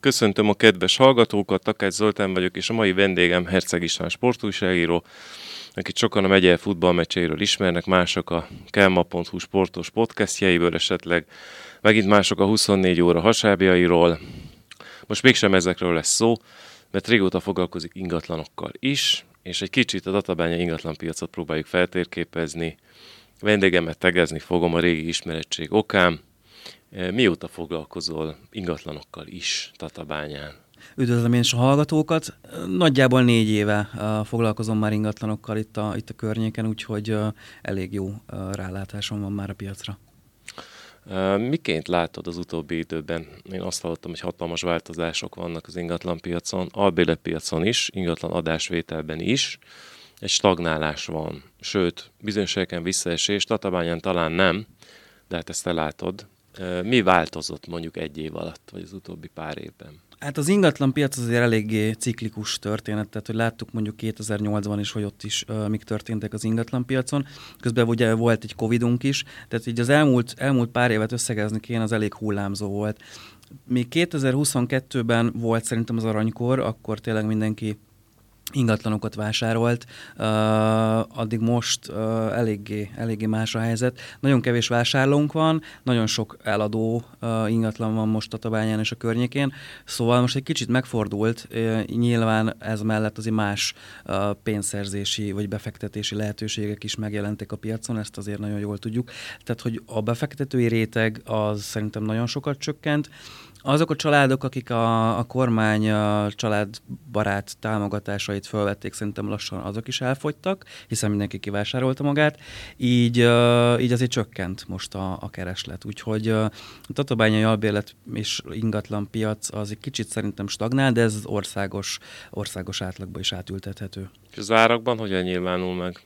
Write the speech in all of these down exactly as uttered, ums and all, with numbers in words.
Köszöntöm a kedves hallgatókat, Takács Zoltán vagyok, és a mai vendégem Herceg István sportújságíró, akit sokan a megye futballmeccséről ismernek, mások a kelma pont hu sportos podcastjeiből, esetleg megint mások a huszonnégy óra hasábjairól. Most mégsem ezekről lesz szó, mert régóta foglalkozik ingatlanokkal is, és egy kicsit a Tatabánya ingatlanpiacot próbáljuk feltérképezni. Vendégemet tegezni fogom a régi ismerettség okán. Mióta foglalkozol ingatlanokkal is Tatabányán? Üdvözlöm én is a hallgatókat. Nagyjából négy éve uh, foglalkozom már ingatlanokkal itt a, itt a környéken, úgyhogy uh, elég jó uh, rálátásom van már a piacra. Uh, miként látod az utóbbi időben? Én azt hallottam, hogy hatalmas változások vannak az ingatlanpiacon, albérletpiacon is, ingatlan adásvételben is. Egy stagnálás van, sőt, bizonyos helyeken visszaesés, Tatabányán talán nem, de hát ezt te látod. Mi változott mondjuk egy év alatt, vagy az utóbbi pár évben? Hát az ingatlan piac azért eléggé ciklikus történet, tehát hogy láttuk mondjuk kétezer-nyolcban is, hogy ott is uh, mik történtek az ingatlan piacon. Közben ugye volt egy Covidunk is, tehát így az elmúlt, elmúlt pár évet összegezni kéne, az elég hullámzó volt. Még kétezer-huszonkettőben volt szerintem az aranykor, akkor tényleg mindenki ingatlanokat vásárolt, uh, addig most uh, eléggé, eléggé más a helyzet. Nagyon kevés vásárlónk van, nagyon sok eladó uh, ingatlan van most Tatabányán és a környékén, szóval most egy kicsit megfordult, uh, nyilván ez mellett azért más uh, pénzszerzési vagy befektetési lehetőségek is megjelentek a piacon, ezt azért nagyon jól tudjuk. Tehát, hogy a befektetői réteg az szerintem nagyon sokat csökkent. Azok a családok, akik a, a kormány a családbarát támogatásait fölvették, szerintem lassan azok is elfogytak, hiszen mindenki kivásárolta magát, így, uh, így azért csökkent most a, a kereslet. Úgyhogy uh, a tatabányai albérlet és ingatlan piac az egy kicsit szerintem stagnál, de ez az országos, országos átlagba is átültethető. És az árakban hogyan nyilvánul meg?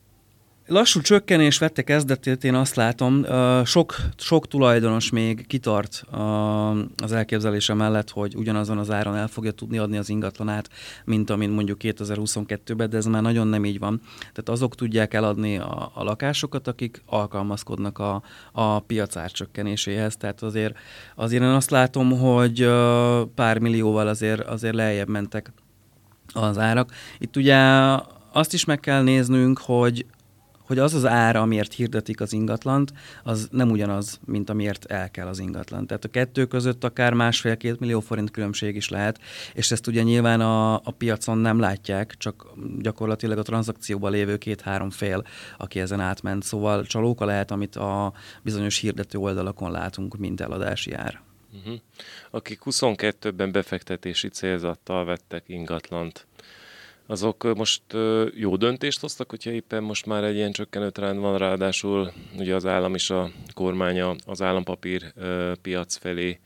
Lassú csökkenés vette kezdetét, én azt látom. Sok, sok tulajdonos még kitart az elképzelése mellett, hogy ugyanazon az áron el fogja tudni adni az ingatlanát, mint amint mondjuk kétezer-huszonkettőben, de ez már nagyon nem így van. Tehát azok tudják eladni a, a lakásokat, akik alkalmazkodnak a, a piac árcsökkenéséhez. Tehát azért, azért én azt látom, hogy pár millióval azért, azért lejjebb mentek az árak. Itt ugye azt is meg kell néznünk, hogy hogy az az ára, amiért hirdetik az ingatlant, az nem ugyanaz, mint amiért el kell az ingatlan. Tehát a kettő között akár másfél-két millió forint különbség is lehet, és ezt ugye nyilván a, a piacon nem látják, csak gyakorlatilag a tranzakcióban lévő két-három fél, aki ezen átment. Szóval csalóka lehet, amit a bizonyos hirdető oldalakon látunk, mint eladási ár. Uh-huh. Akik huszonkettőben befektetési célzattal vettek ingatlant, azok most jó döntést hoztak, hogyha éppen most már egy ilyen csökkenő trend van, ráadásul ugye az állam és a kormánya az állampapír piac felé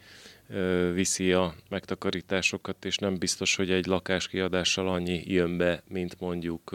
viszi a megtakarításokat, és nem biztos, hogy egy lakáskiadással annyi jön be, mint mondjuk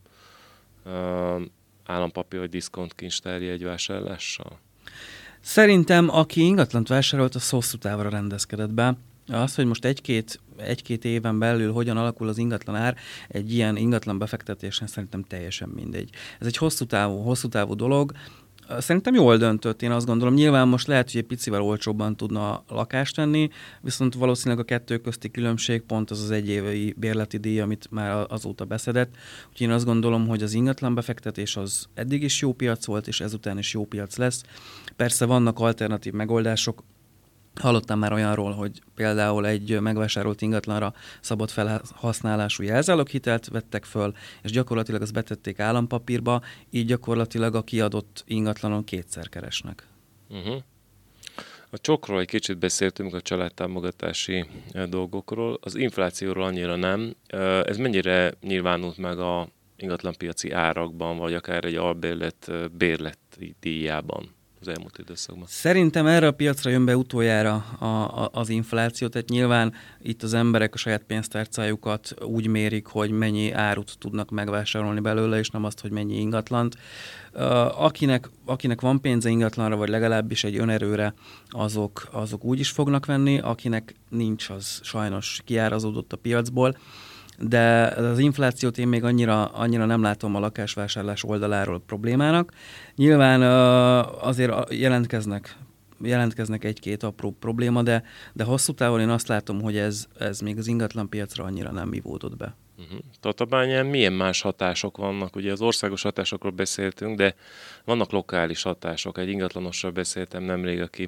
állampapír vagy diszkontkincstárja egy vásárlással. Szerintem, aki ingatlant vásárolt, az hosszú távra rendezkedett be. Az, hogy most egy-két, egy-két éven belül hogyan alakul az ingatlan ár, egy ilyen ingatlan befektetésen szerintem teljesen mindegy. Ez egy hosszú távú, hosszú távú dolog. Szerintem jól döntött, én azt gondolom. Nyilván most lehet, hogy egy picivel olcsóbban tudna lakást venni, viszont valószínűleg a kettő közti különbség pont az az egyévi bérleti díj, amit már azóta beszedett. Úgyhogy én azt gondolom, hogy az ingatlan befektetés az eddig is jó piac volt, és ezután is jó piac lesz. Persze vannak alternatív megoldások. Hallottam már olyanról, hogy például egy megvásárolt ingatlanra szabad felhasználású jelzáloghitelt vettek föl, és gyakorlatilag azt betették állampapírba, így gyakorlatilag a kiadott ingatlanon kétszer keresnek. Uh-huh. A csokról egy kicsit beszéltünk, a családtámogatási dolgokról, az inflációról annyira nem. Ez mennyire nyilvánult meg a ingatlanpiaci árakban, vagy akár egy albérlet bérleti díjában az elmúlt időszakban? Szerintem erre a piacra jön be utoljára a, a, az infláció, tehát nyilván itt az emberek a saját pénztárcájukat úgy mérik, hogy mennyi árut tudnak megvásárolni belőle, és nem azt, hogy mennyi ingatlant. Uh, akinek, akinek van pénze ingatlanra, vagy legalábbis egy önerőre, azok, azok úgy is fognak venni, akinek nincs, az sajnos kiárazódott a piacból. De az inflációt én még annyira, annyira nem látom a lakásvásárlás oldaláról problémának. Nyilván azért jelentkeznek jelentkeznek egy-két apró probléma, de, de hosszú távon én azt látom, hogy ez, ez még az ingatlanpiacra annyira nem ivódott be. Uh-huh. Tatabányán milyen más hatások vannak? Ugye az országos hatásokról beszéltünk, de vannak lokális hatások. Egy ingatlanossal beszéltem nemrég, aki,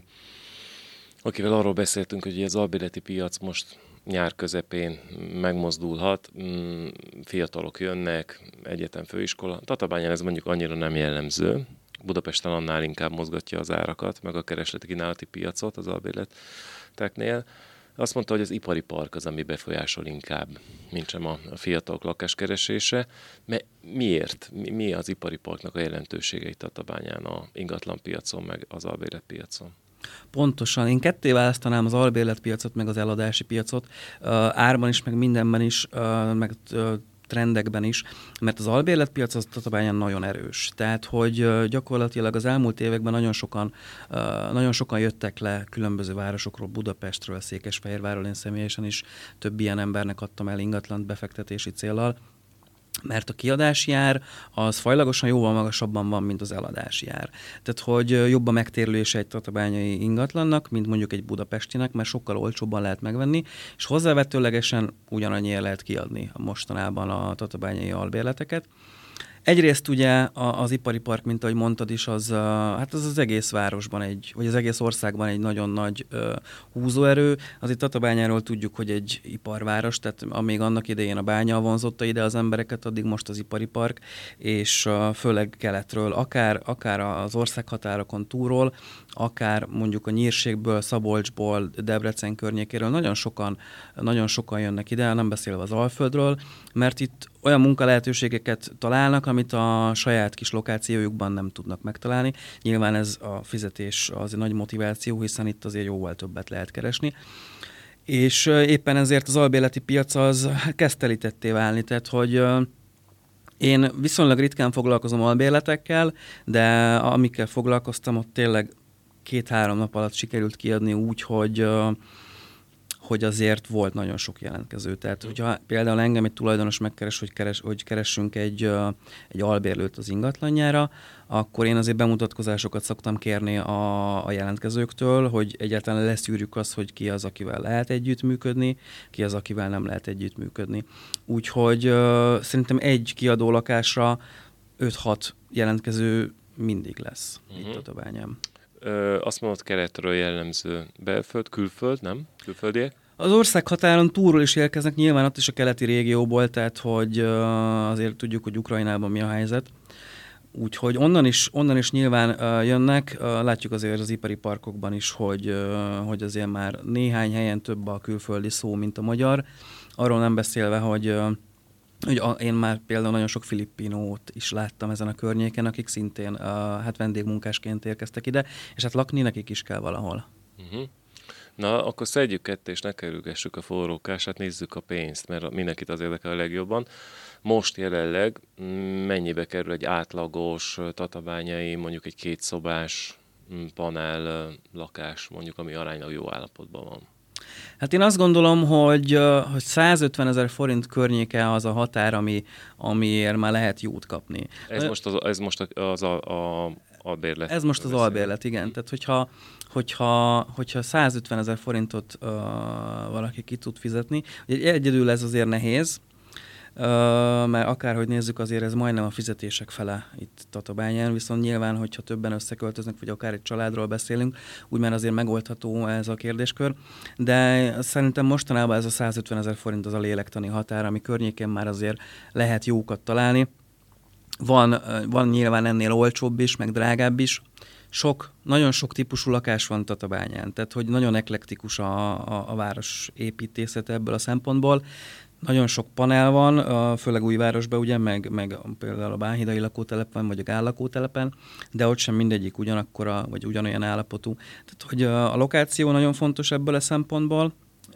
akivel arról beszéltünk, hogy az albérleti piac most nyár közepén megmozdulhat, fiatalok jönnek, egyetem, főiskola. Tatabányán ez mondjuk annyira nem jellemző. Budapesten annál inkább mozgatja az árakat, meg a keresleti kínálati piacot az albérleteknél. Azt mondta, hogy az ipari park az, ami befolyásol inkább, mint sem a fiatalok lakáskeresése. Mert miért? Mi az ipari parknak a jelentősége itt Tatabányán a ingatlanpiacon, meg az albérletpiacon? Pontosan. Én ketté választanám az albérletpiacot, meg az eladási piacot, árban is, meg mindenben is, meg trendekben is, mert az albérletpiac az Tatabányán nagyon erős. Tehát, hogy gyakorlatilag az elmúlt években nagyon sokan, nagyon sokan jöttek le különböző városokról, Budapestről, Székesfehérvárról, én személyesen is több ilyen embernek adtam el ingatlant befektetési céllal, mert a kiadási ár az fajlagosan jóval magasabban van, mint az eladási ár. Tehát, hogy jobb a megtérülése egy tatabányai ingatlannak, mint mondjuk egy budapestinek, mert sokkal olcsóbban lehet megvenni, és hozzávetőlegesen ugyanannyiért lehet kiadni mostanában a tatabányai albérleteket. Egyrészt ugye az ipari park, mint ahogy mondtad is, az, hát az az egész városban egy, vagy az egész országban egy nagyon nagy uh, húzóerő. Azért Tatabányáról tudjuk, hogy egy iparváros, tehát amíg annak idején a bánya vonzotta ide az embereket, addig most az ipari park, és uh, főleg keletről, akár, akár az országhatárokon túlról, akár mondjuk a Nyírségből, Szabolcsból, Debrecen környékéről nagyon sokan, nagyon sokan jönnek ide, nem beszélve az Alföldről, mert itt olyan munkalehetőségeket találnak, amit a saját kis lokációjukban nem tudnak megtalálni. Nyilván ez a fizetés az egy nagy motiváció, hiszen itt azért jóval többet lehet keresni. És éppen ezért az albérleti piac az kezd telítetté válni, tehát hogy én viszonylag ritkán foglalkozom albérletekkel, de amikkel foglalkoztam, ott tényleg két-három nap alatt sikerült kiadni úgy, hogy hogy azért volt nagyon sok jelentkező. Tehát, hogyha például engem egy tulajdonos megkeres, hogy, keres, hogy keressünk egy, egy albérlőt az ingatlanjára, akkor én azért bemutatkozásokat szoktam kérni a, a jelentkezőktől, hogy egyáltalán leszűrjük azt, hogy ki az, akivel lehet együttműködni, ki az, akivel nem lehet együttműködni. Úgyhogy uh, szerintem egy kiadó lakásra öt-hat jelentkező mindig lesz uh-huh. itt Tatabányán. Ö, azt mondod, keletről jellemző belföld, külföld, nem? Külföldiek? Az ország határon túlról is érkeznek, nyilván ott is a keleti régióból, tehát hogy uh, azért tudjuk, hogy Ukrajnában mi a helyzet. Úgyhogy onnan is, onnan is nyilván uh, jönnek, uh, látjuk azért az ipari parkokban is, hogy, uh, hogy azért már néhány helyen több a külföldi szó, mint a magyar. Arról nem beszélve, hogy uh, Úgy, a, én már például nagyon sok filippinót is láttam ezen a környéken, akik szintén uh, hát vendégmunkásként érkeztek ide, és hát lakni nekik is kell valahol. Uh-huh. Na, akkor szedjük ketté, és ne kerülgessük a forrókását, nézzük a pénzt, mert mindenkit az érdekel a legjobban. Most jelenleg mennyibe kerül egy átlagos tatabányai, mondjuk egy kétszobás panel lakás, mondjuk, ami aránylag jó állapotban van? Hát én azt gondolom, hogy, hogy százötven ezer forint környéke az a határ, ami, amiért már lehet jót kapni. Ez most az, ez most az a, a albérlet. Ez most az albérlet, igen. Tehát hogyha, hogyha, hogyha százötven ezer forintot uh, valaki ki tud fizetni, ugye egyedül ez azért nehéz, Uh, mert akárhogy nézzük, azért ez majdnem a fizetések fele itt Tatabányán, viszont nyilván, hogyha többen összeköltöznek, vagy akár egy családról beszélünk, úgy már azért megoldható ez a kérdéskör, de szerintem mostanában ez a százötven ezer forint az a lélektani határ, ami környékén már azért lehet jókat találni. Van, van nyilván ennél olcsóbb is, meg drágább is. Sok, nagyon sok típusú lakás van Tatabányán, tehát hogy nagyon eklektikus a, a, a város építészete ebből a szempontból. Nagyon sok panel van, főleg Újvárosban, ugye, meg, meg például a Bánhidai lakótelepen, vagy a Gál lakótelepen, de ott sem mindegyik ugyanakkora, vagy ugyanolyan állapotú. Tehát, hogy a lokáció nagyon fontos ebből a szempontból,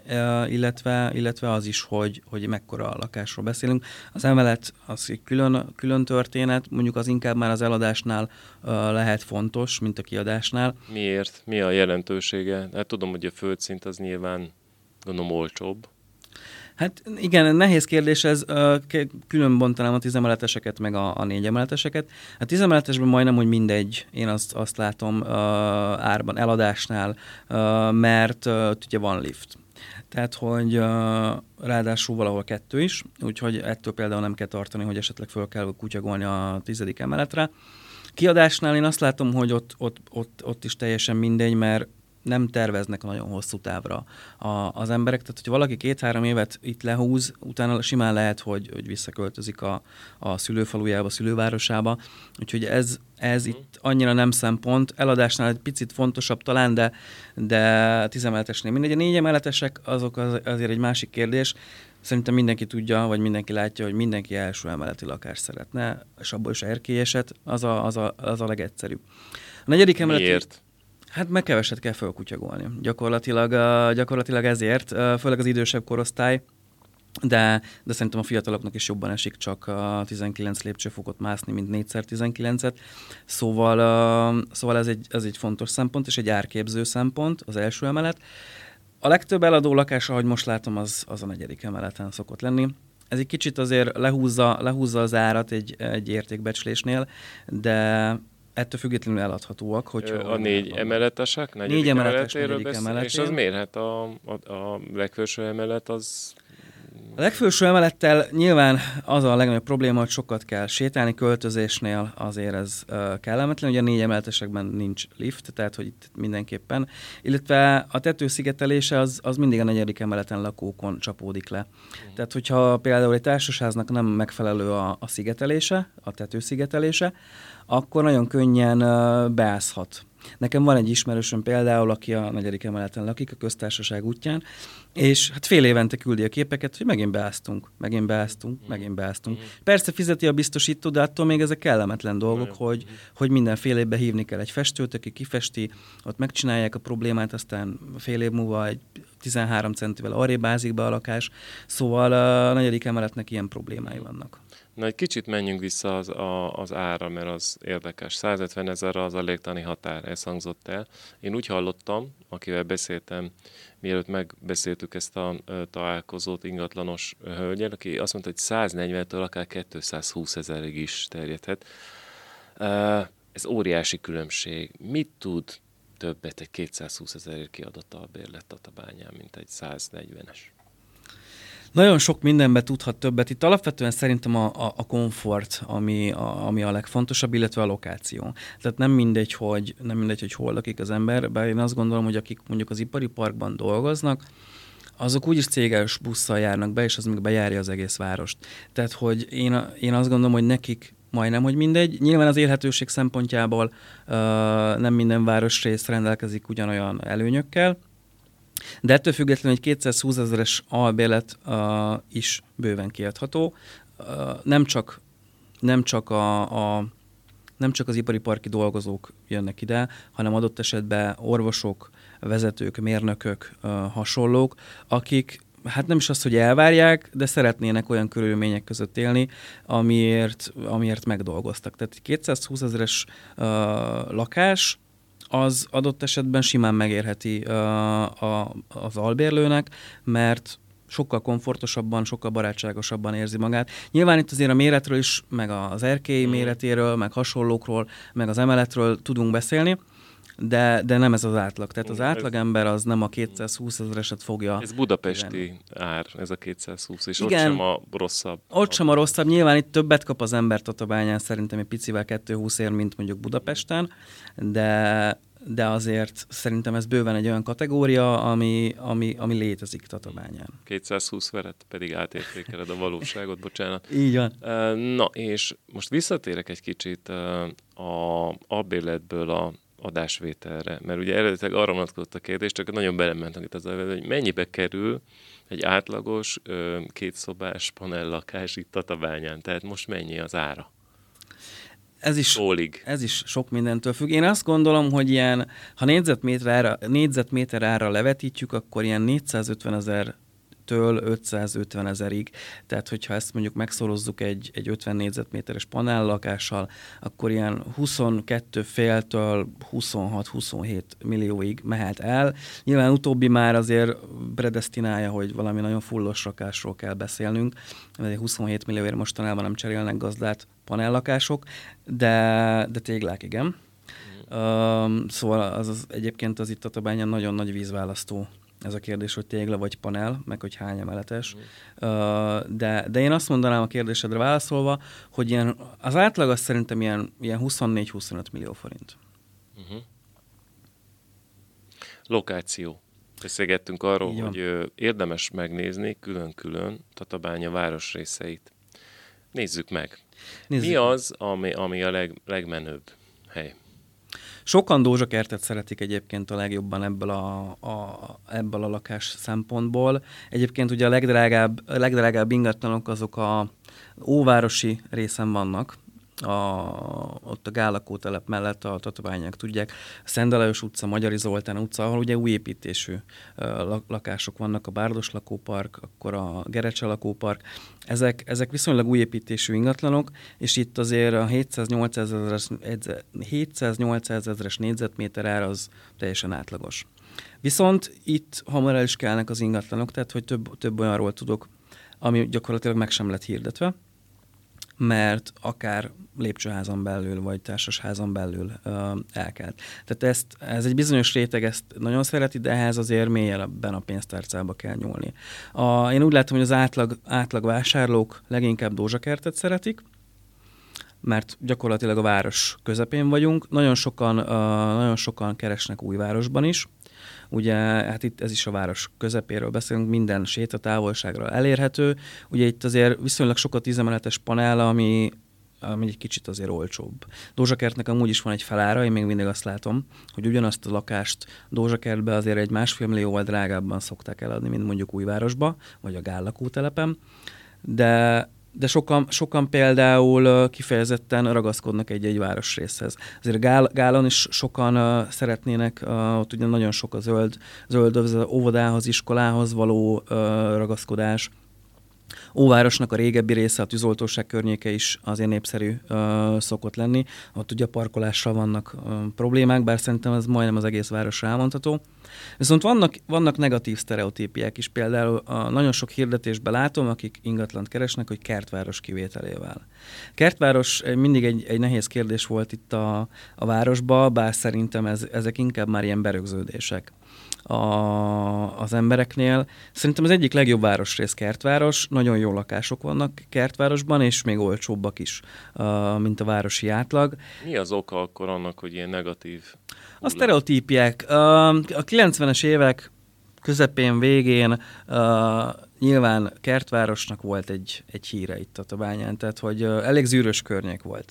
illetve, illetve az is, hogy, hogy mekkora a lakásról beszélünk. Az emelet az egy külön, külön történet, mondjuk az inkább már az eladásnál lehet fontos, mint a kiadásnál. Miért? Mi a jelentősége? Hát tudom, hogy a földszint az nyilván, gondolom, olcsóbb. Hát igen, nehéz kérdés ez, külön bontanám a tízemeleteseket, meg a, a négyemeleteseket. A tízemeletesben majdnem, hogy mindegy, én azt, azt látom árban, eladásnál, mert ugye van lift. Tehát, hogy ráadásul valahol kettő is, úgyhogy ettől például nem kell tartani, hogy esetleg föl kell kutyagolni a tizedik emeletre. Kiadásnál én azt látom, hogy ott, ott, ott, ott is teljesen mindegy, mert nem terveznek nagyon hosszú távra a, az emberek. Tehát, hogyha valaki két-három évet itt lehúz, utána simán lehet, hogy, hogy visszaköltözik a, a szülőfalujába, a szülővárosába. Úgyhogy ez, ez mm. itt annyira nem szempont. Eladásnál egy picit fontosabb talán, de, de tízemeletesnél mindegy. A négyemeletesek azok az, azért egy másik kérdés. Szerintem mindenki tudja, vagy mindenki látja, hogy mindenki első emeleti lakást szeretne, és abból is erkélyeset, az a, az a, az a legegyszerűbb. A negyedik emeleti... Miért? Hát meg keveset kell fölkutyagolni. Gyakorlatilag, gyakorlatilag ezért, főleg az idősebb korosztály, de, de szerintem a fiataloknak is jobban esik csak a tizenkilenc lépcsőfokot mászni, mint négyszer tizenkilencet. Szóval, szóval ez, egy, ez egy fontos szempont, és egy árképző szempont, az első emelet. A legtöbb eladó lakás, ahogy most látom, az, az a negyedik emeleten szokott lenni. Ez egy kicsit azért lehúzza, lehúzza az árat egy, egy értékbecslésnél, de ettől függetlenül eladhatóak. Hogyha a négy emeletesek? Négy emeletes, negyedik emeletén. És az miért? Hát a, a, a legfelső emelet az... A legfelső emelettel nyilván az a legnagyobb probléma, hogy sokat kell sétálni költözésnél, azért ez uh, kellemetlen. Ugye a négy emeletesekben nincs lift, tehát hogy itt mindenképpen. Illetve a tetőszigetelése az, az mindig a negyedik emeleten lakókon csapódik le. Mm. Tehát hogyha például egy társasháznak nem megfelelő a, a szigetelése, a tetőszigetelése, akkor nagyon könnyen uh, beázhat. Nekem van egy ismerősöm például, aki a negyedik emeleten lakik, a köztársaság útján, és hát fél évente küldi a képeket, hogy megint beáztunk, megint beáztunk, megint beáztunk. Persze fizeti a biztosító, de attól még ezek kellemetlen dolgok, hogy, hogy minden fél évben hívni kell egy festőt, aki kifesti, ott megcsinálják a problémát, aztán fél év múlva egy tizenhárom centivel arrébb ázik be a lakás, szóval a negyedik emeletnek ilyen problémái vannak. Na, egy kicsit menjünk vissza az, a, az ára, mert az érdekes. százötven ezer az a légtani határ, ez hangzott el. Én úgy hallottam, akivel beszéltem, mielőtt megbeszéltük ezt a ö, találkozót ingatlanos hölgyel, aki azt mondta, hogy száznegyventől akár kétszázhúsz ezerig is terjedhet. Uh, ez óriási különbség. Mit tud többet egy kétszázhúsz ezerért kiadott albérlet Tatabányán, mint egy száznegyvenes? Nagyon sok mindenbe tudhat többet. Itt alapvetően szerintem a, a, a komfort, ami a, ami a legfontosabb, illetve a lokáció. Tehát nem mindegy, hogy, nem mindegy, hogy hol lakik az ember, bár én azt gondolom, hogy akik mondjuk az ipari parkban dolgoznak, azok úgyis céges busszal járnak be, és az még bejárja az egész várost. Tehát, hogy én, én azt gondolom, hogy nekik majdnem, hogy mindegy. Nyilván az élhetőség szempontjából uh, nem minden városrész rendelkezik ugyanolyan előnyökkel, de ettől függetlenül egy kétszázhúsz ezeres albérlet uh, is bőven kiadható. Uh, nem csak, nem csak a, a nem csak az ipari parki dolgozók jönnek ide, hanem adott esetben orvosok, vezetők, mérnökök, uh, hasonlók, akik hát nem is az, hogy elvárják, de szeretnének olyan körülmények között élni, amiért, amiért megdolgoztak. Tehát egy kétszázhúsz ezeres uh, lakás, az adott esetben simán megérheti uh, a, az albérlőnek, mert sokkal komfortosabban, sokkal barátságosabban érzi magát. Nyilván itt azért a méretről is, meg az erkély méretéről, meg hasonlókról, meg az emeletről tudunk beszélni, de, de nem ez az átlag. Tehát az átlagember az nem a kétszázhúsz ezereset fogja. Ez budapesti igen. ár, ez a kétszázhúsz, és igen, ott sem a rosszabb. Ott sem a rosszabb. Nyilván itt többet kap az ember Tatabányán, szerintem egy picivel kétszázhúsz ér, mint mondjuk Budapesten, de, de azért szerintem ez bőven egy olyan kategória, ami, ami, ami létezik Tatabányán. kétszázhúsz veret, pedig átértékeled a valóságot, bocsánat. Így van. Na, és most visszatérek egy kicsit a albérletből a adásvételre, mert ugye eredetileg arra vonatkozott a kérdés, csak nagyon belementünk itt az hogy mennyibe kerül egy átlagos kétszobás panellakás itt Tatabányán, tehát most mennyi az ára? Ez is, ez is sok mindentől függ. Én azt gondolom, hogy ilyen, ha négyzetméter ára, négyzetméter ára levetítjük, akkor ilyen négyszázötven ezer ezertől ötszázötven ezerig. Tehát, hogyha ezt mondjuk megszorozzuk egy, egy ötven négyzetméteres panellakással, akkor ilyen huszonkettő féltől huszonhat-huszonhét millióig mehet el. Nyilván utóbbi már azért predesztinálja, hogy valami nagyon fullos rakásról kell beszélnünk. huszonhét millióért mostanában nem cserélnek gazdát panellakások, de, de téglák igen. Uh, szóval az, az egyébként az itt Tatabányán nagyon nagy vízválasztó ez a kérdés, hogy tégla vagy panel, meg hogy hány emeletes. Uh, de, de én azt mondanám a kérdésedre válaszolva, hogy ilyen, az átlag az szerintem ilyen, ilyen huszonnégy-huszonöt millió forint. Uh-huh. Lokáció. Beszélgettünk arról, Igen. hogy ö, érdemes megnézni külön-külön Tatabánya városrészeit. Nézzük meg. Nézzük Mi meg. az, ami, ami a leg, legmenőbb hely? Sokan Dózsakertet szeretik egyébként a legjobban ebből a, a, ebből a lakás szempontból. Egyébként ugye a legdrágább, a legdrágább ingatlanok azok a óvárosi részen vannak, a, ott a Gállakótelep mellett a tatabányák tudják, a Szent Lajos utca, Magyari Zoltán utca, ahol ugye új építésű uh, lakások vannak, a Bárdos lakópark, akkor a Gerecse lakópark, ezek, ezek viszonylag új építésű ingatlanok, és itt azért a hétszáz-nyolcszáz ezeres négyzetméter ár az teljesen átlagos. Viszont itt hamar el is kelnek az ingatlanok, tehát hogy több, több olyanról tudok, ami gyakorlatilag meg sem lett hirdetve, mert akár lépcsőházon belül, vagy társasházon belül uh, elkelt. Tehát ezt, ez egy bizonyos réteg ezt nagyon szereti, de ehhez azért mélyebben a pénztárcába kell nyúlni. A, én úgy látom, hogy az átlag, átlag vásárlók leginkább Dózsakertet szeretik, mert gyakorlatilag a város közepén vagyunk. Nagyon sokan, uh, nagyon sokan keresnek Újvárosban is. Ugye, hát itt ez is a város közepéről beszélünk, minden sétatávolságra elérhető. Ugye itt azért viszonylag sok a tízemeletes panel, ami, ami egy kicsit azért olcsóbb. Dózsakertnek amúgy is van egy felára, én még mindig azt látom, hogy ugyanazt a lakást Dózsakertbe azért egy másfél millióval drágábban szokták eladni, mint mondjuk Újvárosba, vagy a Gállakótelepen. De De sokan, sokan például kifejezetten ragaszkodnak egy-egy városrészhez. Azért Gál, Gálon is sokan uh, szeretnének, uh, ott ugye nagyon sok a zöld, zöld az óvodához, iskolához való uh, ragaszkodás. Óvárosnak a régebbi része, a Tűzoltóság környéke is azért népszerű uh, szokott lenni. Ott ugye a parkolással vannak uh, problémák, bár szerintem ez majdnem az egész városra elmondható. Viszont vannak, vannak negatív sztereotípiák is. Például uh, nagyon sok hirdetésben látom, akik ingatlant keresnek, hogy kertváros kivételével. Kertváros mindig egy, egy nehéz kérdés volt itt a, a városba, bár szerintem ez, ezek inkább már ilyen berögződések a, az embereknél. Szerintem az egyik legjobb városrész Kertváros, nagyon jó lakások vannak Kertvárosban, és még olcsóbbak is, uh, mint a városi átlag. Mi az oka akkor annak, hogy ilyen negatív? A sztereotípiák. Uh, a kilencvenes évek közepén, végén uh, nyilván Kertvárosnak volt egy, egy híre itt a Tatabányán, tehát hogy uh, elég zűrös környék volt.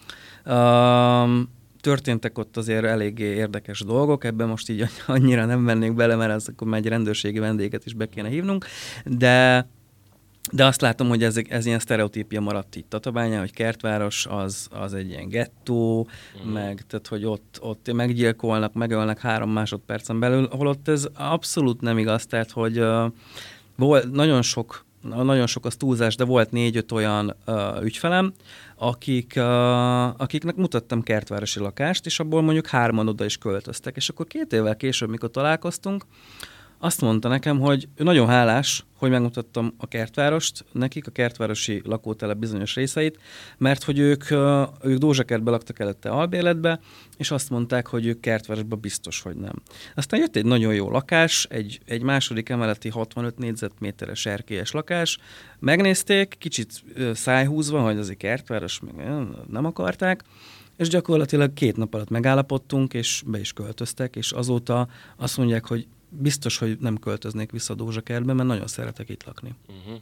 Uh, Történtek ott azért eléggé érdekes dolgok, ebben most így annyira nem vennék bele, mert az akkor már egy rendőrségi vendéget is be kéne hívnunk, de, de azt látom, hogy ez, ez ilyen sztereotípia maradt itt Tatabányán, hogy Kertváros az, az egy ilyen gettó, mm. meg tehát, hogy ott, ott meggyilkolnak, megölnek három másodpercen belül, holott ez abszolút nem igaz, tehát, hogy uh, volt nagyon sok nagyon sok az túlzás, de volt négy-öt olyan uh, ügyfelem, akik, uh, akiknek mutattam kertvárosi lakást, és abból mondjuk hárman oda is költöztek. És akkor két évvel később, mikor találkoztunk, azt mondta nekem, hogy ő nagyon hálás, hogy megmutattam a kertvárost, nekik a kertvárosi lakótelep bizonyos részeit, mert hogy ők, ők Dózsakertbe laktak előtte albérletbe, és azt mondták, hogy ők Kertvárosban biztos, hogy nem. Aztán jött egy nagyon jó lakás, egy, egy második emeleti hatvanöt négyzetméteres erkélyes lakás, megnézték, kicsit szájhúzva, hogy azért Kertváros meg nem akarták, és gyakorlatilag két nap alatt megállapodtunk, és be is költöztek, és azóta azt mondják, hogy biztos, hogy nem költöznék vissza Dózsakertbe, mert nagyon szeretek itt lakni. Uh-huh.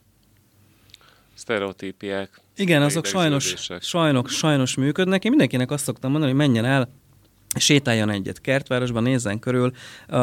Sztereotípiák. Igen, azok sajnos, sajnos, sajnos működnek. Én mindenkinek azt szoktam mondani, hogy menjen el, sétáljon egyet Kertvárosban, nézzen körül.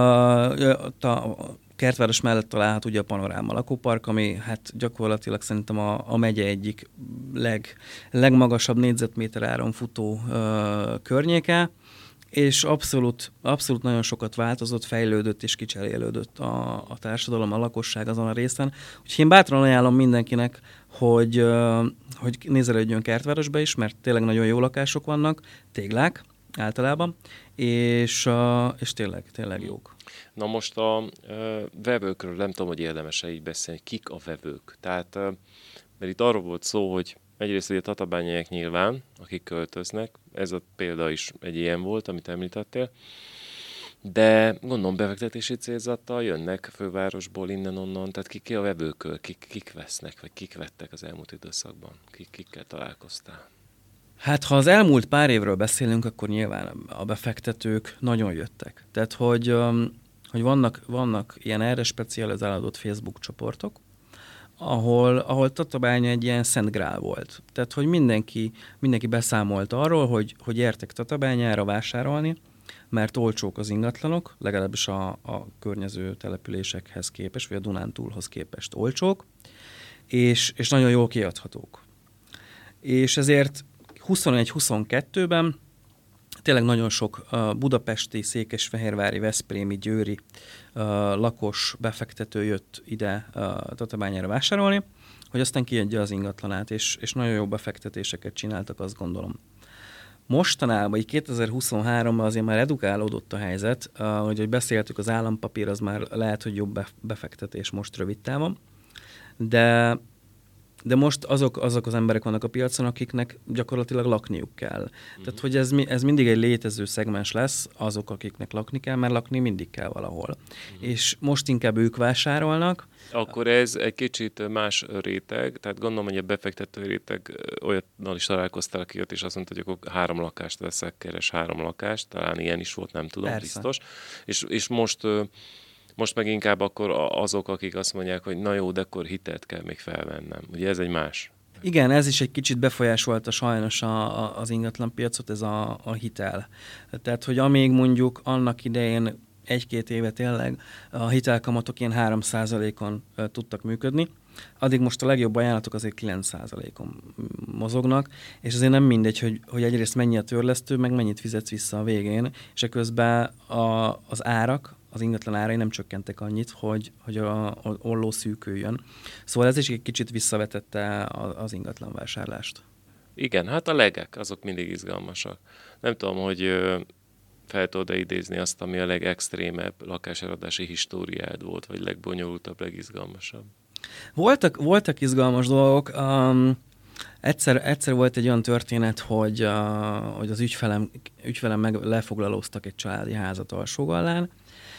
A Kertváros mellett találhat ugye a Panoráma lakópark, ami hát gyakorlatilag szerintem a, a megye egyik leg, legmagasabb négyzetméter áron futó uh, környéke. és abszolút, abszolút nagyon sokat változott, fejlődött és kicserélődött a, a társadalom, a lakosság azon a részen. Úgyhogy én bátran ajánlom mindenkinek, hogy, hogy nézelődjön Kertvárosba is, mert tényleg nagyon jó lakások vannak, téglák általában, és, és tényleg, tényleg jók. Na most a ö, vevőkről nem tudom, hogy érdemes-e így beszélni, kik a vevők. Tehát, ö, mert itt arról volt szó, hogy egyrészt ugye tatabányaiak nyilván, akik költöznek, ez a példa is egy ilyen volt, amit említettél, de gondolom befektetési célzattal jönnek fővárosból, innen-onnan, tehát ki, ki a vevőkör, kik, kik vesznek, vagy kik vettek az elmúlt időszakban, kik, kikkel találkoztál? Hát, ha az elmúlt pár évről beszélünk, akkor nyilván a befektetők nagyon jöttek. Tehát, hogy, hogy vannak, vannak ilyen erre specializálódott Facebook csoportok, ahol, ahol Tatabánya egy ilyen szent grál volt. Tehát, hogy mindenki, mindenki beszámolt arról, hogy, hogy értek Tatabányára vásárolni, mert olcsók az ingatlanok, legalábbis a, a környező településekhez képest, vagy a Dunántúlhoz képest olcsók, és, és nagyon jól kiadhatók. És ezért huszonegy-huszonkettőben tényleg nagyon sok uh, budapesti, székesfehérvári, veszprémi, győri uh, lakos befektető jött ide uh, Tatabányára vásárolni, hogy aztán kiadja az ingatlanát, és, és nagyon jó befektetéseket csináltak, azt gondolom. Mostanában, így kétezer-huszonháromban azért már edukálódott a helyzet, uh, hogy, hogy beszéltük, az állampapír az már lehet, hogy jobb befektetés most rövid távon, de De most azok, azok az emberek vannak a piacon, akiknek gyakorlatilag lakniuk kell. Mm-hmm. Tehát, hogy ez, ez mindig egy létező szegmens lesz, azok, akiknek lakni kell, mert lakni mindig kell valahol. Mm-hmm. És most inkább ők vásárolnak. Akkor ez egy kicsit más réteg, tehát gondolom, hogy a befektető réteg olyannal is találkoztál, aki jött, és azt mondta, hogy akkor három lakást veszek, keres három lakást, talán ilyen is volt, nem tudom, Persze. biztos. És, és most... Most meg inkább akkor azok, akik azt mondják, hogy na jó, de akkor hitelt kell még felvennem. Ugye ez egy más. Igen, ez is egy kicsit befolyásolta sajnos a, a, az ingatlanpiacot, ez a, a hitel. Tehát, hogy amíg mondjuk annak idején egy-két éve tényleg a hitelkamatok ilyen három százalékon tudtak működni, addig most a legjobb ajánlatok azért kilenc százalékon mozognak, és azért nem mindegy, hogy, hogy egyrészt mennyi a törlesztő, meg mennyit fizetsz vissza a végén, és eközben a, az árak, az ingatlan árai nem csökkentek annyit, hogy, hogy a, a olló szűküljön. Szóval ez is egy kicsit visszavetette az ingatlan vásárlást. Igen, hát a legek, azok mindig izgalmasak. Nem tudom, hogy fel tudod idézni azt, ami a legextrémebb lakáseladási históriád volt, vagy legbonyolultabb, legizgalmasabb. Voltak, voltak izgalmas dolgok. Um, egyszer, egyszer volt egy olyan történet, hogy, uh, hogy az ügyfelem, ügyfelem meg lefoglalóztak egy családi házat Alsógallán,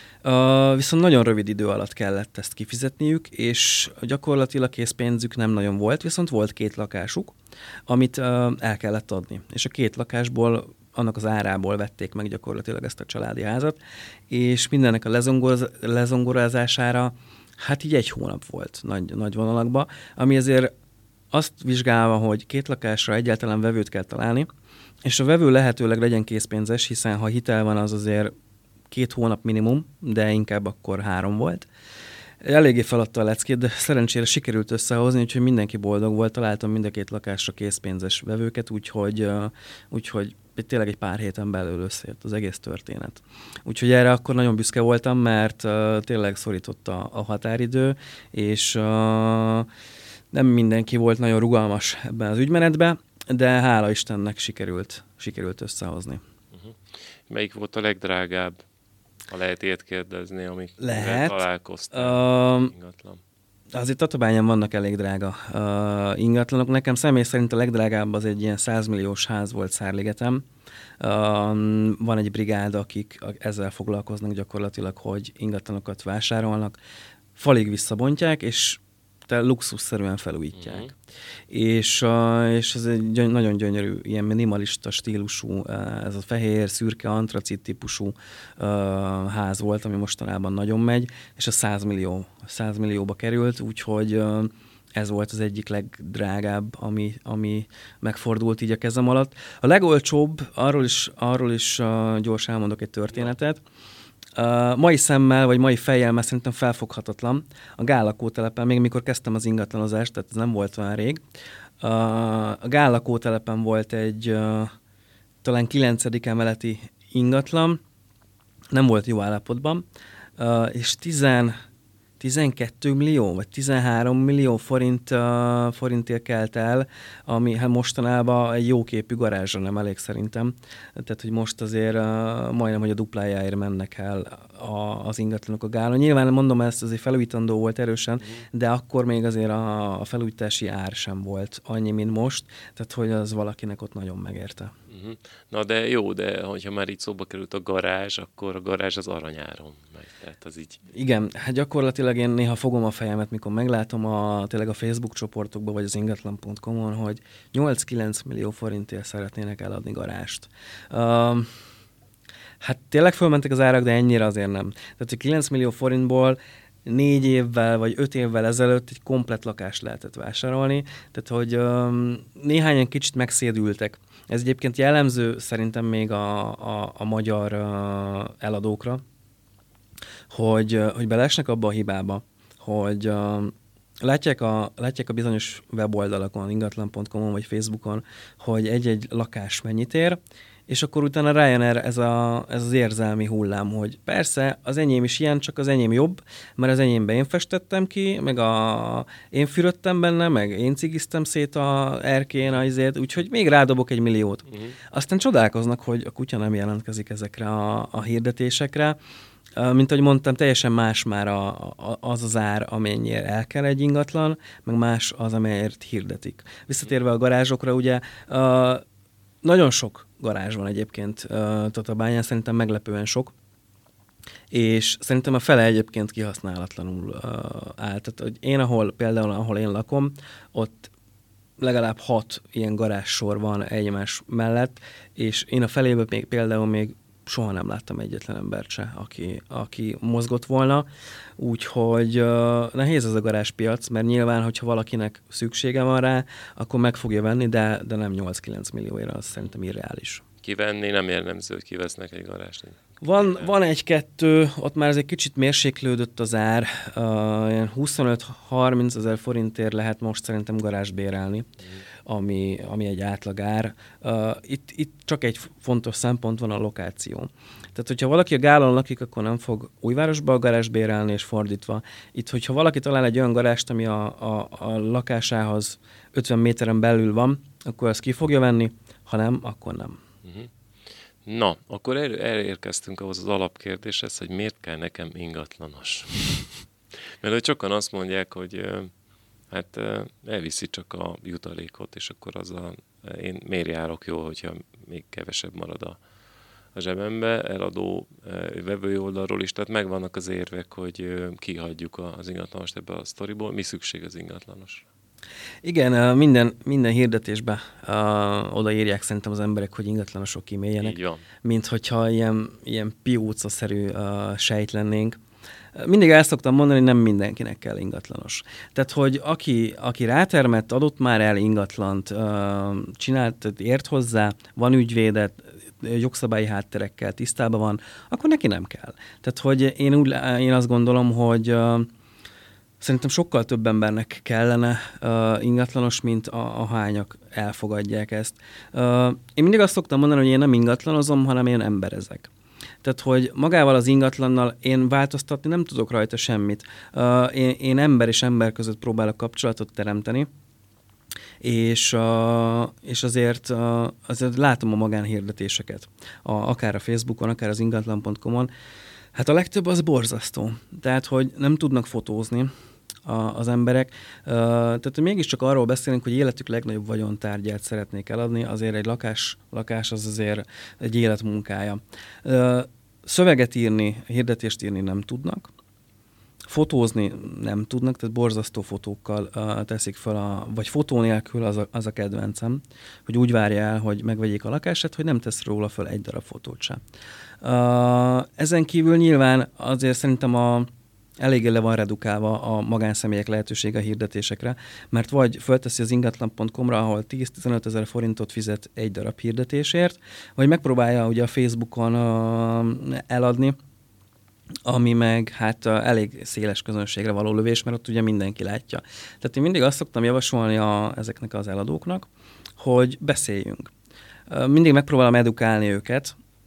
Uh, viszont nagyon rövid idő alatt kellett ezt kifizetniük, és gyakorlatilag készpénzük nem nagyon volt, viszont volt két lakásuk, amit uh, el kellett adni. És a két lakásból, annak az árából vették meg gyakorlatilag ezt a családi házat, és mindennek a lezongoroz- lezongorázására hát így egy hónap volt nagy, nagy vonalakban, ami azért azt vizsgálva, hogy két lakásra egyáltalán vevőt kell találni, és a vevő lehetőleg legyen készpénzes, hiszen ha hitel van, az azért két hónap minimum, de inkább akkor három volt. Eléggé feladta a leckét, de szerencsére sikerült összehozni, úgyhogy mindenki boldog volt. Találtam mind a két lakásra készpénzes vevőket, úgyhogy, úgyhogy tényleg egy pár héten belül összejött az egész történet. Úgyhogy erre akkor nagyon büszke voltam, mert uh, tényleg szorított a, a határidő, és uh, nem mindenki volt nagyon rugalmas ebben az ügymenetben, de hála Istennek sikerült, sikerült összehozni. Uh-huh. Melyik volt a legdrágább, ha lehet ilyet kérdezni, amit találkoztál uh, ingatlan? Azért Tatabányán vannak elég drága uh, ingatlanok. Nekem személy szerint a legdrágább az egy ilyen száz milliós ház volt Szárligetem. Uh, van egy brigád, akik ezzel foglalkoznak gyakorlatilag, hogy ingatlanokat vásárolnak, falig visszabontják, és te luxusszerűen felújítják. Mm-hmm. És, uh, és ez egy gyöny- nagyon gyönyörű, ilyen minimalista stílusú, uh, ez a fehér, szürke, antracit típusú uh, ház volt, ami mostanában nagyon megy, és a száz millió, száz millióba került, úgyhogy uh, ez volt az egyik legdrágább, ami, ami megfordult így a kezem alatt. A legolcsóbb, arról is, arról is uh, gyorsan elmondok egy történetet. Uh, mai szemmel, vagy mai fejjel, mert szerintem felfoghatatlan. A Gál lakótelepen, még mikor kezdtem az ingatlanozást, tehát ez nem volt olyan rég, uh, a Gál lakótelepen volt egy uh, talán kilencedik emeleti ingatlan, nem volt jó állapotban, uh, és tíz, tizenkettő millió, vagy tizenhárom millió forint, uh, forintért kelt el, ami hát mostanában egy jóképű garázsra nem elég szerintem. Tehát, hogy most azért uh, majdnem, hogy a duplájáért mennek el a, az ingatlanok a gálon. Nyilván mondom, ezt azért felújítandó volt erősen, mm. de akkor még azért a, a felújítási ár sem volt annyi, mint most, tehát, hogy az valakinek ott nagyon megérte. Uh-huh. Na de jó, de hogyha már így szóba került a garázs, akkor a garázs az aranyáron megy, tehát az így... Igen, hát gyakorlatilag én néha fogom a fejemet, mikor meglátom a, tényleg a Facebook csoportokban, vagy az ingatlan pont com-on, hogy nyolc-kilenc millió forintért szeretnének eladni garást. Uh, hát tényleg fölmentek az árak, de ennyire azért nem. Tehát, hogy kilenc millió forintból négy évvel vagy öt évvel ezelőtt egy komplett lakást lehetett vásárolni, tehát hogy um, néhányan kicsit megszédültek. Ez egyébként jellemző szerintem még a, a, a magyar uh, eladókra, hogy, uh, hogy beleesnek abba a hibába, hogy uh, látják, a, látják a bizonyos weboldalakon, ingatlan pont com-on vagy Facebookon, hogy egy-egy lakás mennyit ér, és akkor utána rájön erre ez, a, ez az érzelmi hullám, hogy persze, az enyém is ilyen, csak az enyém jobb, mert az enyémbe én festettem ki, meg a, én fürödtem benne, meg én cigiztem szét a erkén, azért, úgyhogy még rádobok egy milliót. Uh-huh. Aztán csodálkoznak, hogy a kutya nem jelentkezik ezekre a, a hirdetésekre. Mint ahogy mondtam, teljesen más már a, a, az az ár, amennyire el kell egy ingatlan, meg más az, amelyért hirdetik. Visszatérve a garázsokra, ugye uh, nagyon sok garázs van egyébként uh, Tatabányán, szerintem meglepően sok, és szerintem a fele egyébként kihasználatlanul uh, áll. Tehát, hogy én, ahol például, ahol én lakom, ott legalább hat ilyen garázssor van egymás mellett, és én a feléből még például még soha nem láttam egyetlen embert se, aki, aki mozgott volna. Úgyhogy uh, nehéz ez a garázspiac, mert nyilván, hogyha valakinek szüksége van rá, akkor meg fogja venni, de, de nem nyolc-kilenc millióért, az szerintem irreális. Kivenni nem jellemző, hogy kivesznek egy garást. Van, van egy-kettő, ott már ez egy kicsit mérséklődött az ár, uh, huszonöt-harminc ezer forintért lehet most szerintem garást bérelni, mm. ami, ami egy átlagár. Uh, itt, itt csak egy fontos szempont van, a lokáció. Tehát, hogyha valaki a Gálon lakik, akkor nem fog Újvárosba a garást bérelni, és fordítva. Itt, hogyha valaki talál egy olyan garást, ami a, a, a lakásához ötven méteren belül van, akkor azt ki fogja venni, ha nem, akkor nem. Mm-hmm. Na, akkor el, elérkeztünk ahhoz az alapkérdéshez, hogy miért kell nekem ingatlanos. Mert hogy sokan azt mondják, hogy hát elviszi csak a jutalékot, és akkor az a, én miért járok jól, hogyha még kevesebb marad a, a zsebembe, eladó vevői oldalról is, tehát megvannak az érvek, hogy kihagyjuk az ingatlanost ebbe a sztoriból. Mi szükség az ingatlanosra? Igen, minden, minden hirdetésben uh, odaírják szerintem az emberek, hogy ingatlanosok kiméljenek. Így van. Mint hogyha ilyen, ilyen pióca-szerű uh, sejt lennénk. Mindig el szoktam mondani, hogy nem mindenkinek kell ingatlanos. Tehát, hogy aki, aki rátermett, adott már el ingatlant, uh, csinált, ért hozzá, van ügyvédet, jogszabályi hátterekkel tisztában van, akkor neki nem kell. Tehát, hogy én, úgy, én azt gondolom, hogy uh, szerintem sokkal több embernek kellene uh, ingatlanos, mint a, a hányak elfogadják ezt. Uh, én mindig azt szoktam mondani, hogy én nem ingatlanozom, hanem én emberezek. Tehát, hogy magával az ingatlannal én változtatni nem tudok rajta semmit. Uh, én, én ember és ember között próbálok kapcsolatot teremteni, és, uh, és azért, uh, azért látom a magánhirdetéseket, a, akár a Facebookon, akár az ingatlan pont com-on. Hát a legtöbb az borzasztó. Tehát, hogy nem tudnak fotózni a, az emberek. Uh, tehát, hogy mégiscsak arról beszélünk, hogy életük legnagyobb vagyontárgyát szeretnék eladni, azért egy lakás, lakás az azért egy életmunkája. Uh, szöveget írni, hirdetést írni nem tudnak. Fotózni nem tudnak, tehát borzasztó fotókkal uh, teszik fel, a, vagy fotó nélkül az a, az a kedvencem, hogy úgy várja el, hogy megvegyék a lakását, hogy nem tesz róla fel egy darab fotót sem. Uh, ezen kívül nyilván azért szerintem a, eléggé le van redukálva a magánszemélyek lehetősége a hirdetésekre, mert vagy fölteszi az ingatlan pont com-ra, ahol tíz-tizenöt ezer forintot fizet egy darab hirdetésért, vagy megpróbálja ugye a Facebookon uh, eladni, ami meg hát elég széles közönségre való lövés, mert ott ugye mindenki látja. Tehát én mindig azt szoktam javasolni a, ezeknek az eladóknak, hogy beszéljünk. Mindig megpróbálom edukálni őket,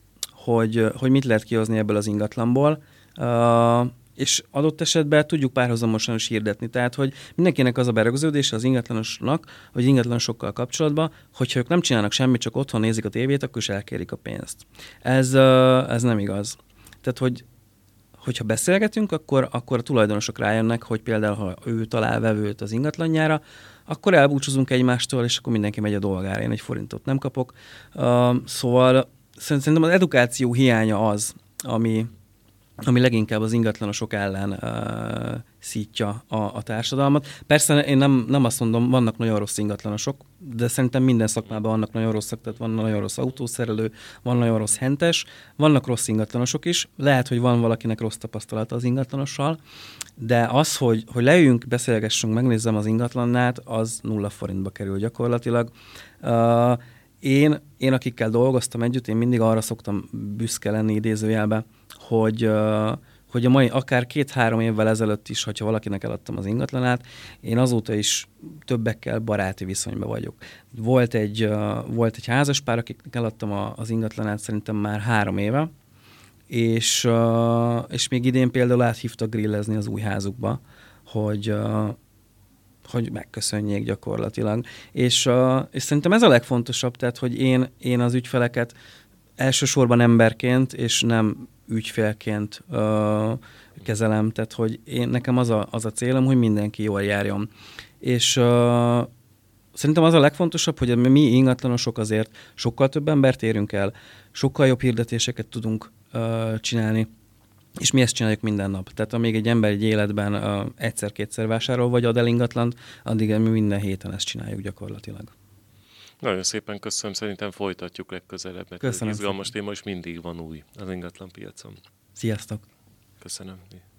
hogy, hogy mit lehet kihozni ebből az ingatlanból, uh, és adott esetben tudjuk párhuzamosan is hirdetni. Tehát, hogy mindenkinek az a berögződése az ingatlanosnak, vagy ingatlanosokkal kapcsolatban, hogyha ők nem csinálnak semmit, csak otthon nézik a tévét, akkor is elkérik a pénzt. Ez, ez nem igaz. Tehát, hogy hogyha beszélgetünk, akkor, akkor a tulajdonosok rájönnek, hogy például, ha ő talál vevőt az ingatlanjára, akkor elbúcsúzunk egymástól, és akkor mindenki megy a dolgára. Én egy forintot nem kapok. Uh, szóval szerintem az edukáció hiánya az, ami, ami leginkább az ingatlanosok ellen uh, szítja a, a társadalmat. Persze én nem, nem azt mondom, vannak nagyon rossz ingatlanosok, de szerintem minden szakmában vannak nagyon rosszak, tehát van nagyon rossz autószerelő, van nagyon rossz hentes, vannak rossz ingatlanosok is. Lehet, hogy van valakinek rossz tapasztalata az ingatlanossal, de az, hogy, hogy leüljünk, beszélgessünk, megnézzem az ingatlannát, az nulla forintba kerül gyakorlatilag. Uh, én, én, akikkel dolgoztam együtt, én mindig arra szoktam büszke lenni idézőjelben, hogy, uh, hogy a mai, akár két-három évvel ezelőtt is, hogyha valakinek eladtam az ingatlanát, én azóta is többekkel baráti viszonyban vagyok. Volt egy, uh, volt egy házaspár, akiknek eladtam a, az ingatlanát szerintem már három éve, és, uh, és még idén például áthívtak grillezni az új házukba, hogy, uh, hogy megköszönjék gyakorlatilag. És, uh, és szerintem ez a legfontosabb, tehát, hogy én, én az ügyfeleket elsősorban emberként, és nem ügyfélként uh, kezelem, tehát, hogy én, nekem az a, az a célom, hogy mindenki jól járjon. És uh, szerintem az a legfontosabb, hogy mi ingatlanosok azért sokkal több embert érünk el, sokkal jobb hirdetéseket tudunk uh, csinálni, és mi ezt csináljuk minden nap. Tehát amíg egy ember egy életben uh, egyszer-kétszer vásárol, vagy ad el ingatlant, addig mi minden héten ezt csináljuk gyakorlatilag. Nagyon szépen köszönöm, szerintem folytatjuk legközelebb, mert ez izgalmas téma, és mindig van új az ingatlan piacon. Sziasztok! Köszönöm.